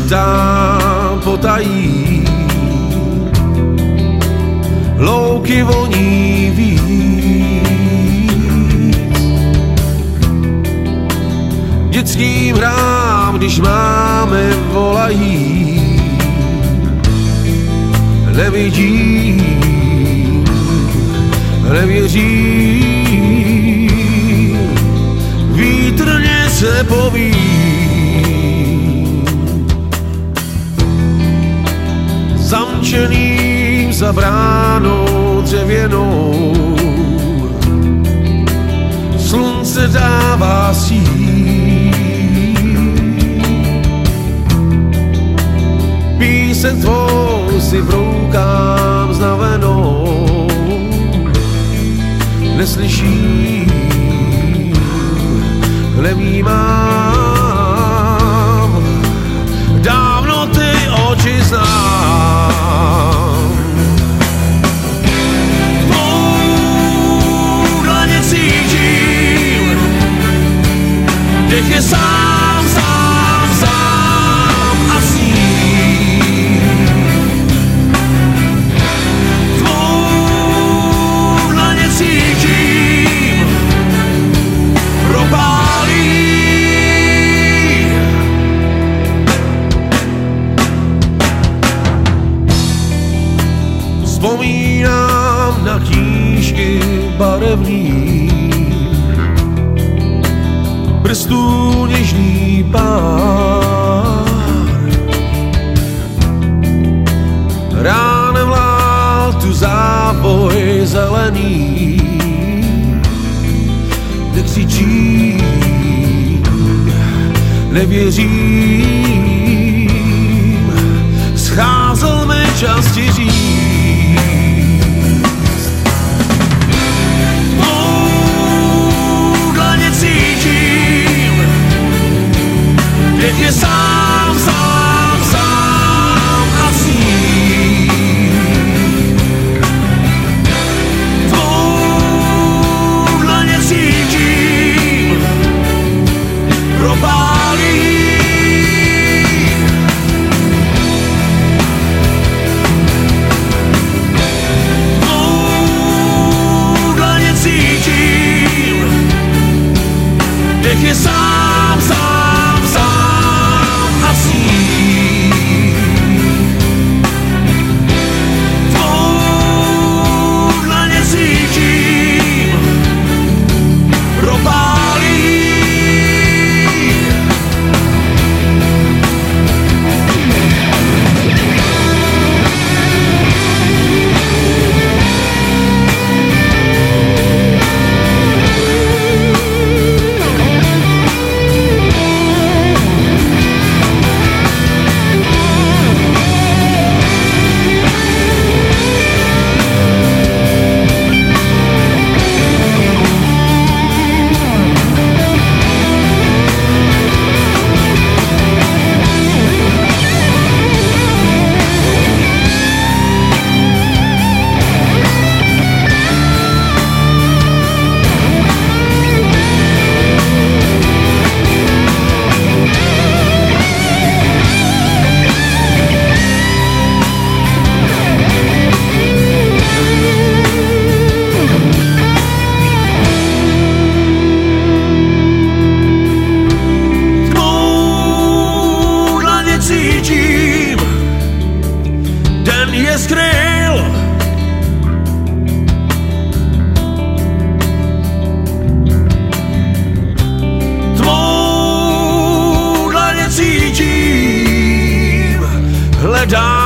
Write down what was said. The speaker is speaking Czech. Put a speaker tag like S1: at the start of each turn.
S1: tam potají, louky voní víc. Dětským hrám, když máme volají, nevidím, nevěřím, vítr se poví. Zamčeným za bránou dřevěnou slunce dává síť. Píseň tvou si broukám znavenou, neslyším, nevnímám, dávno ty oči znám. Tvou dlaně cítím, dech je sám, sám, sám a sním. Tvou dlaně cítím, propálí. Vzpomínám na knížky barevný, prstů něžný pár. Ránem vlál tu záboj zelený, nekřičím, nevěřím, scházel mi čas ti říct. Dech je sám, sám, sám a sním. Tvou dlaně cítím, propálí. Tvou dlaně cítím, dech je sám, sám, sám a sním. Tvou dlaně cítím, propálí. Den je skryl, tvou dlaně cítím, hledám.